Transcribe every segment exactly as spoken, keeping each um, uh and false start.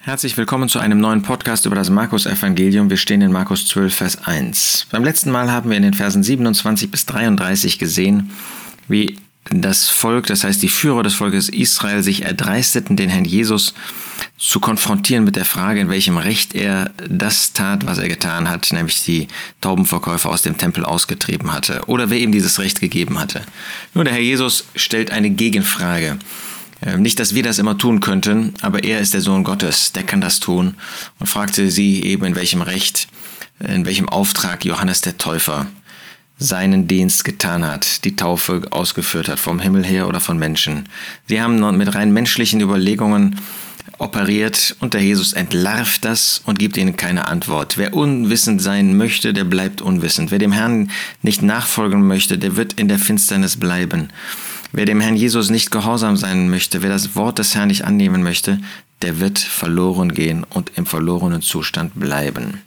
Herzlich willkommen zu einem neuen Podcast über das Markus-Evangelium. Wir stehen in Markus zwölf, Vers eins. Beim letzten Mal haben wir in den Versen siebenundzwanzig bis dreiunddreißig gesehen, wie das Volk, das heißt die Führer des Volkes Israel, sich erdreisteten, den Herrn Jesus zu konfrontieren mit der Frage, in welchem Recht er das tat, was er getan hat, nämlich die Taubenverkäufer aus dem Tempel ausgetrieben hatte, oder wer ihm dieses Recht gegeben hatte. Nur der Herr Jesus stellt eine Gegenfrage. Nicht, dass wir das immer tun könnten, aber er ist der Sohn Gottes, der kann das tun, und fragte sie eben, in welchem Recht, in welchem Auftrag Johannes der Täufer seinen Dienst getan hat, die Taufe ausgeführt hat, vom Himmel her oder von Menschen. Sie haben mit rein menschlichen Überlegungen operiert und der Jesus entlarvt das und gibt ihnen keine Antwort. Wer unwissend sein möchte, der bleibt unwissend. Wer dem Herrn nicht nachfolgen möchte, der wird in der Finsternis bleiben. Wer dem Herrn Jesus nicht gehorsam sein möchte, wer das Wort des Herrn nicht annehmen möchte, der wird verloren gehen und im verlorenen Zustand bleiben.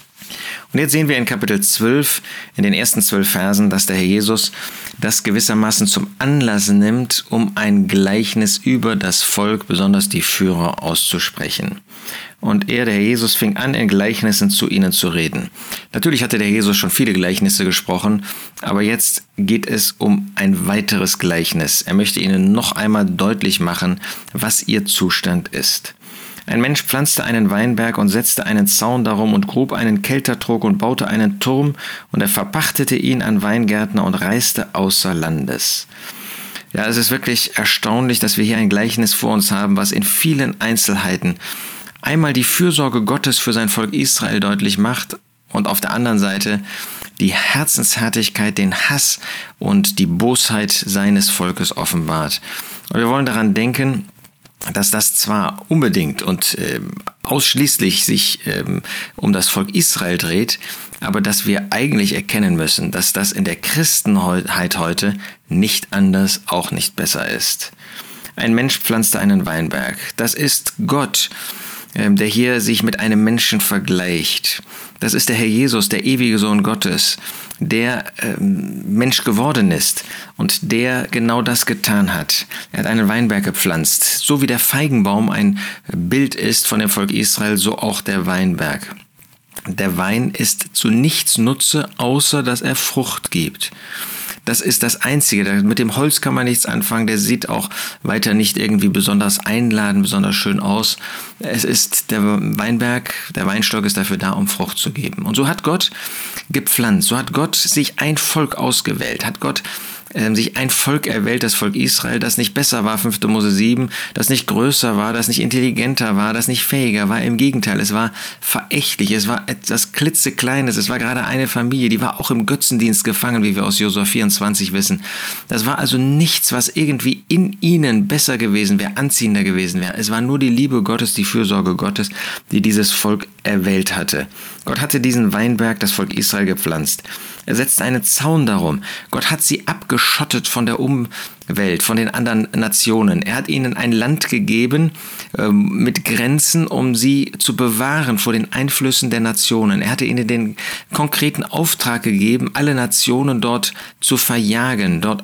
Und jetzt sehen wir in Kapitel zwölf, in den ersten zwölf Versen, dass der Herr Jesus das gewissermaßen zum Anlass nimmt, um ein Gleichnis über das Volk, besonders die Führer, auszusprechen. Und er, der Herr Jesus, fing an, in Gleichnissen zu ihnen zu reden. Natürlich hatte der Herr Jesus schon viele Gleichnisse gesprochen, aber jetzt geht es um ein weiteres Gleichnis. Er möchte ihnen noch einmal deutlich machen, was ihr Zustand ist. Ein Mensch pflanzte einen Weinberg und setzte einen Zaun darum und grub einen Keltertrog und baute einen Turm, und er verpachtete ihn an Weingärtner und reiste außer Landes. Ja, es ist wirklich erstaunlich, dass wir hier ein Gleichnis vor uns haben, was in vielen Einzelheiten einmal die Fürsorge Gottes für sein Volk Israel deutlich macht und auf der anderen Seite die Herzenshärtigkeit, den Hass und die Bosheit seines Volkes offenbart. Und wir wollen daran denken, dass das zwar unbedingt und ähm, ausschließlich sich ähm, um das Volk Israel dreht, aber dass wir eigentlich erkennen müssen, dass das in der Christenheit heute nicht anders, auch nicht besser ist. Ein Mensch pflanzte einen Weinberg. Das ist Gott, ähm, der hier sich mit einem Menschen vergleicht. Das ist der Herr Jesus, der ewige Sohn Gottes, der ähm, Mensch geworden ist und der genau das getan hat. Er hat einen Weinberg gepflanzt. So wie der Feigenbaum ein Bild ist von dem Volk Israel, so auch der Weinberg. Der Wein ist zu nichts Nutze, außer dass er Frucht gibt. Das ist das Einzige. Mit dem Holz kann man nichts anfangen. Der sieht auch weiter nicht irgendwie besonders einladend, besonders schön aus. Es ist der Weinberg, der Weinstock ist dafür da, um Frucht zu geben. Und so hat Gott gepflanzt. So hat Gott sich ein Volk ausgewählt. Hat Gott äh, sich ein Volk erwählt, das Volk Israel, das nicht besser war, fünfte Mose sieben, das nicht größer war, das nicht intelligenter war, das nicht fähiger war. Im Gegenteil, es war verächtlich. Es war etwas klitzekleines. Es war gerade eine Familie, die war auch im Götzendienst gefangen, wie wir aus Josua vierundzwanzig wissen. Das war also nichts, was irgendwie in ihnen besser gewesen wäre, anziehender gewesen wäre. Es war nur die Liebe Gottes, die Fürsorge Gottes, die dieses Volk erwählt hatte. Gott hatte diesen Weinberg, das Volk Israel, gepflanzt. Er setzte einen Zaun darum. Gott hat sie abgeschottet von der Umwelt, von den anderen Nationen. Er hat ihnen ein Land gegeben äh, mit Grenzen, um sie zu bewahren vor den Einflüssen der Nationen. Er hatte ihnen den konkreten Auftrag gegeben, alle Nationen dort zu verjagen, dort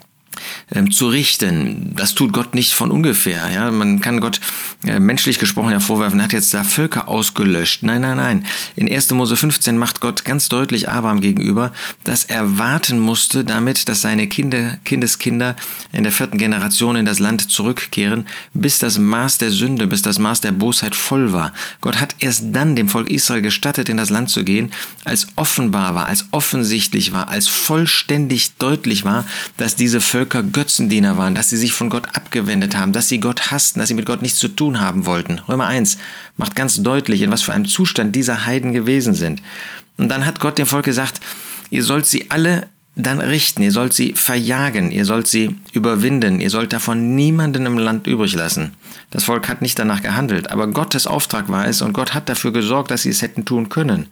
ähm, zu richten. Das tut Gott nicht von ungefähr. Ja? Man kann Gott äh, menschlich gesprochen ja vorwerfen, er hat jetzt da Völker ausgelöscht. Nein, nein, nein. In erste Mose fünfzehn macht Gott ganz deutlich Abraham gegenüber, dass er warten musste damit, dass seine Kinder, Kindeskinder in der vierten Generation in das Land zurückkehren, bis das Maß der Sünde, bis das Maß der Bosheit voll war. Gott hat erst dann dem Volk Israel gestattet, in das Land zu gehen, als offenbar war, als offensichtlich war, als vollständig deutlich war, dass diese Völker Götzendiener waren, dass sie sich von Gott abgewendet haben, dass sie Gott hassten, dass sie mit Gott nichts zu tun haben wollten. Römer eins macht ganz deutlich, in was für einem Zustand diese Heiden gewesen sind. Und dann hat Gott dem Volk gesagt, ihr sollt sie alle dann richten, ihr sollt sie verjagen, ihr sollt sie überwinden, ihr sollt davon niemanden im Land übrig lassen. Das Volk hat nicht danach gehandelt, aber Gottes Auftrag war es und Gott hat dafür gesorgt, dass sie es hätten tun können.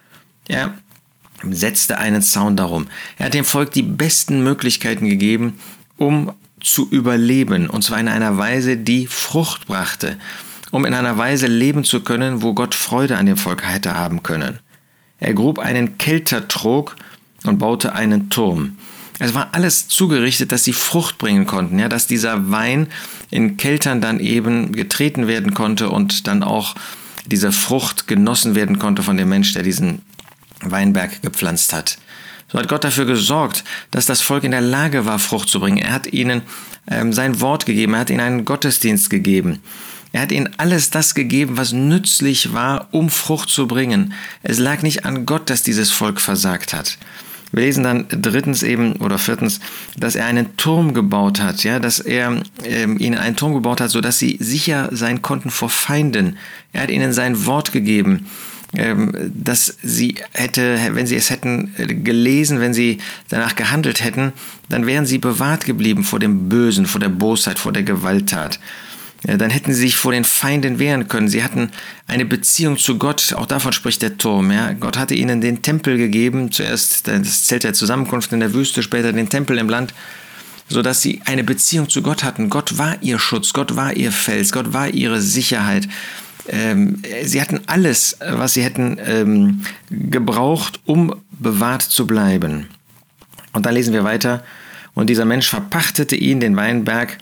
Er setzte einen Zaun darum. Er hat dem Volk die besten Möglichkeiten gegeben, um zu überleben, und zwar in einer Weise, die Frucht brachte, um in einer Weise leben zu können, wo Gott Freude an dem Volk hätte haben können. Er grub einen Keltertrog und baute einen Turm. Es war alles zugerichtet, dass sie Frucht bringen konnten, ja, dass dieser Wein in Keltern dann eben getreten werden konnte und dann auch diese Frucht genossen werden konnte von dem Mensch, der diesen Weinberg gepflanzt hat. So hat Gott dafür gesorgt, dass das Volk in der Lage war, Frucht zu bringen. Er hat ihnen ähm, sein Wort gegeben, er hat ihnen einen Gottesdienst gegeben. Er hat ihnen alles das gegeben, was nützlich war, um Frucht zu bringen. Es lag nicht an Gott, dass dieses Volk versagt hat. Wir lesen dann drittens eben oder viertens, dass er einen Turm gebaut hat, ja, dass er ähm, ihnen einen Turm gebaut hat, sodass sie sicher sein konnten vor Feinden. Er hat ihnen sein Wort gegeben, ähm, dass sie hätte, wenn sie es hätten gelesen, wenn sie danach gehandelt hätten, dann wären sie bewahrt geblieben vor dem Bösen, vor der Bosheit, vor der Gewalttat. Ja, dann hätten sie sich vor den Feinden wehren können. Sie hatten eine Beziehung zu Gott, auch davon spricht der Turm. Ja. Gott hatte ihnen den Tempel gegeben, zuerst das Zelt der Zusammenkunft in der Wüste, später den Tempel im Land, sodass sie eine Beziehung zu Gott hatten. Gott war ihr Schutz, Gott war ihr Fels, Gott war ihre Sicherheit. Ähm, sie hatten alles, was sie hätten ähm, gebraucht, um bewahrt zu bleiben. Und dann lesen wir weiter. Und dieser Mensch verpachtete ihn, den Weinberg,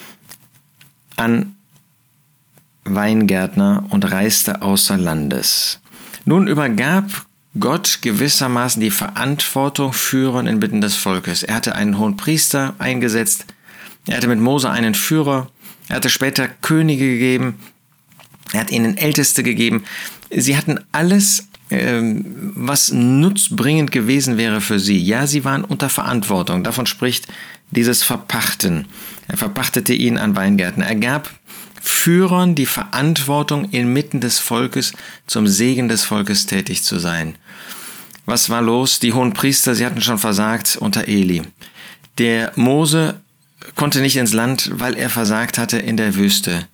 an Weingärtner und reiste außer Landes. Nun übergab Gott gewissermaßen die Verantwortung führen inmitten des Volkes. Er hatte einen hohen Priester eingesetzt, er hatte mit Mose einen Führer, er hatte später Könige gegeben, er hat ihnen Älteste gegeben. Sie hatten alles, ähm, was nutzbringend gewesen wäre für sie. Ja, sie waren unter Verantwortung. Davon spricht dieses Verpachten. Er verpachtete ihn an Weingärten. Er gab Führern die Verantwortung, inmitten des Volkes zum Segen des Volkes tätig zu sein. Was war los? Die hohen Priester, sie hatten schon versagt unter Eli. Der Mose konnte nicht ins Land, weil er versagt hatte in der Wüste.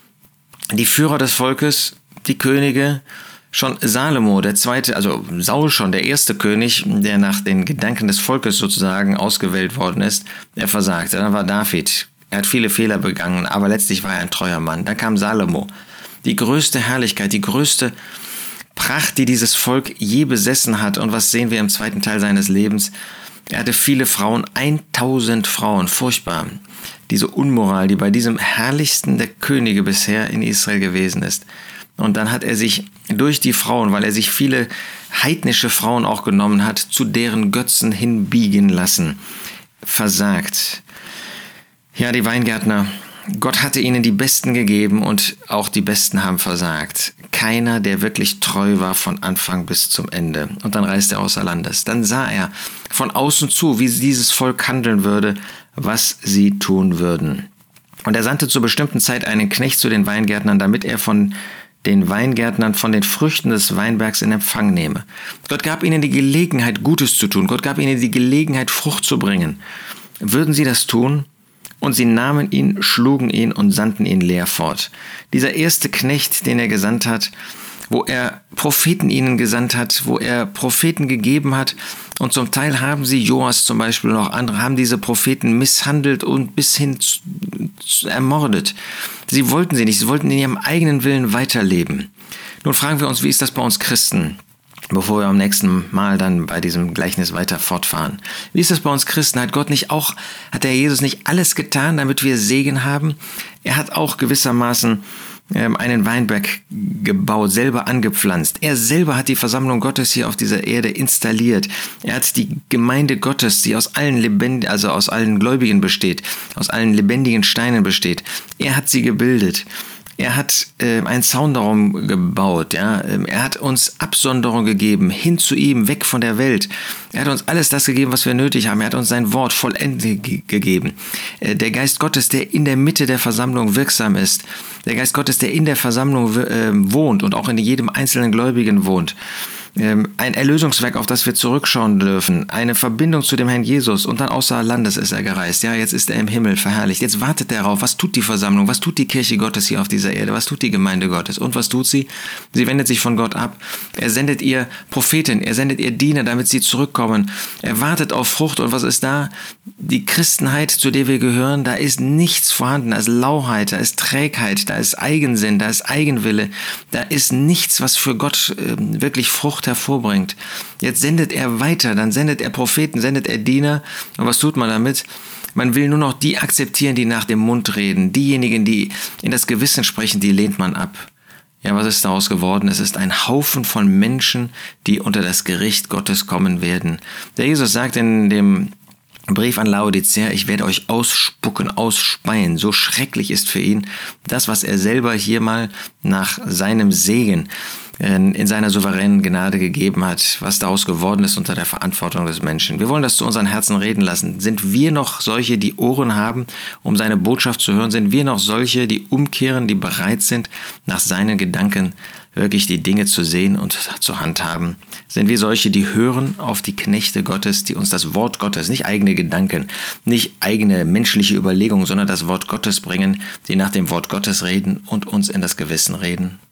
Die Führer des Volkes, die Könige, schon Salomo, der zweite, also Saul schon, der erste König, der nach den Gedanken des Volkes sozusagen ausgewählt worden ist, er versagte. Dann war David. Er hat viele Fehler begangen, aber letztlich war er ein treuer Mann. Dann kam Salomo. Die größte Herrlichkeit, die größte Pracht, die dieses Volk je besessen hat. Und was sehen wir im zweiten Teil seines Lebens? Er hatte viele Frauen, tausend Frauen, furchtbar. Diese Unmoral, die bei diesem herrlichsten der Könige bisher in Israel gewesen ist. Und dann hat er sich durch die Frauen, weil er sich viele heidnische Frauen auch genommen hat, zu deren Götzen hinbiegen lassen. Versagt. Ja, die Weingärtner, Gott hatte ihnen die Besten gegeben und auch die Besten haben versagt. Keiner, der wirklich treu war von Anfang bis zum Ende. Und dann reiste er außer Landes. Dann sah er von außen zu, wie dieses Volk handeln würde, was sie tun würden. Und er sandte zur bestimmten Zeit einen Knecht zu den Weingärtnern, damit er von den Weingärtnern von den Früchten des Weinbergs in Empfang nehme. Gott gab ihnen die Gelegenheit, Gutes zu tun. Gott gab ihnen die Gelegenheit, Frucht zu bringen. Würden sie das tun? Und sie nahmen ihn, schlugen ihn und sandten ihn leer fort. Dieser erste Knecht, den er gesandt hat, wo er Propheten ihnen gesandt hat, wo er Propheten gegeben hat, und zum Teil haben sie, Joas zum Beispiel und auch andere, haben diese Propheten misshandelt und bis hin zu, zu ermordet. Sie wollten sie nicht, sie wollten in ihrem eigenen Willen weiterleben. Nun fragen wir uns, wie ist das bei uns Christen? Bevor wir am nächsten Mal dann bei diesem Gleichnis weiter fortfahren. Wie ist das bei uns Christen? Hat Gott nicht auch, hat der Jesus nicht alles getan, damit wir Segen haben? Er hat auch gewissermaßen ähm, einen Weinberg gebaut, selber angepflanzt. Er selber hat die Versammlung Gottes hier auf dieser Erde installiert. Er hat die Gemeinde Gottes, die aus allen lebendigen, also aus allen Gläubigen besteht, aus allen lebendigen Steinen besteht. Er hat sie gebildet. Er hat äh, einen Zaun darum gebaut, ja. Er hat uns Absonderung gegeben, hin zu ihm, weg von der Welt. Er hat uns alles das gegeben, was wir nötig haben. Er hat uns sein Wort vollendet ge- gegeben. Äh, der Geist Gottes, der in der Mitte der Versammlung wirksam ist. Der Geist Gottes, der in der Versammlung äh, wohnt und auch in jedem einzelnen Gläubigen wohnt. Ein Erlösungswerk, auf das wir zurückschauen dürfen, eine Verbindung zu dem Herrn Jesus, und dann außer Landes ist er gereist. Ja, jetzt ist er im Himmel verherrlicht. Jetzt wartet er darauf. Was tut die Versammlung? Was tut die Kirche Gottes hier auf dieser Erde? Was tut die Gemeinde Gottes? Und was tut sie? Sie wendet sich von Gott ab. Er sendet ihr Propheten, er sendet ihr Diener, damit sie zurückkommen. Er wartet auf Frucht. Und was ist da? Die Christenheit, zu der wir gehören, da ist nichts vorhanden. Da ist Lauheit, da ist Trägheit, da ist Eigensinn, da ist Eigenwille. Da ist nichts, was für Gott äh, wirklich Frucht hervorbringt. Jetzt sendet er weiter, dann sendet er Propheten, sendet er Diener. Und was tut man damit? Man will nur noch die akzeptieren, die nach dem Mund reden. Diejenigen, die in das Gewissen sprechen, die lehnt man ab. Ja, was ist daraus geworden? Es ist ein Haufen von Menschen, die unter das Gericht Gottes kommen werden. Der Jesus sagt in dem Brief an Laodicea, ich werde euch ausspucken, ausspeien. So schrecklich ist für ihn das, was er selber hier mal nach seinem Segen in seiner souveränen Gnade gegeben hat, was daraus geworden ist unter der Verantwortung des Menschen. Wir wollen das zu unseren Herzen reden lassen. Sind wir noch solche, die Ohren haben, um seine Botschaft zu hören? Sind wir noch solche, die umkehren, die bereit sind, nach seinen Gedanken wirklich die Dinge zu sehen und zu handhaben? Sind wir solche, die hören auf die Knechte Gottes, die uns das Wort Gottes, nicht eigene Gedanken, nicht eigene menschliche Überlegungen, sondern das Wort Gottes bringen, die nach dem Wort Gottes reden und uns in das Gewissen reden?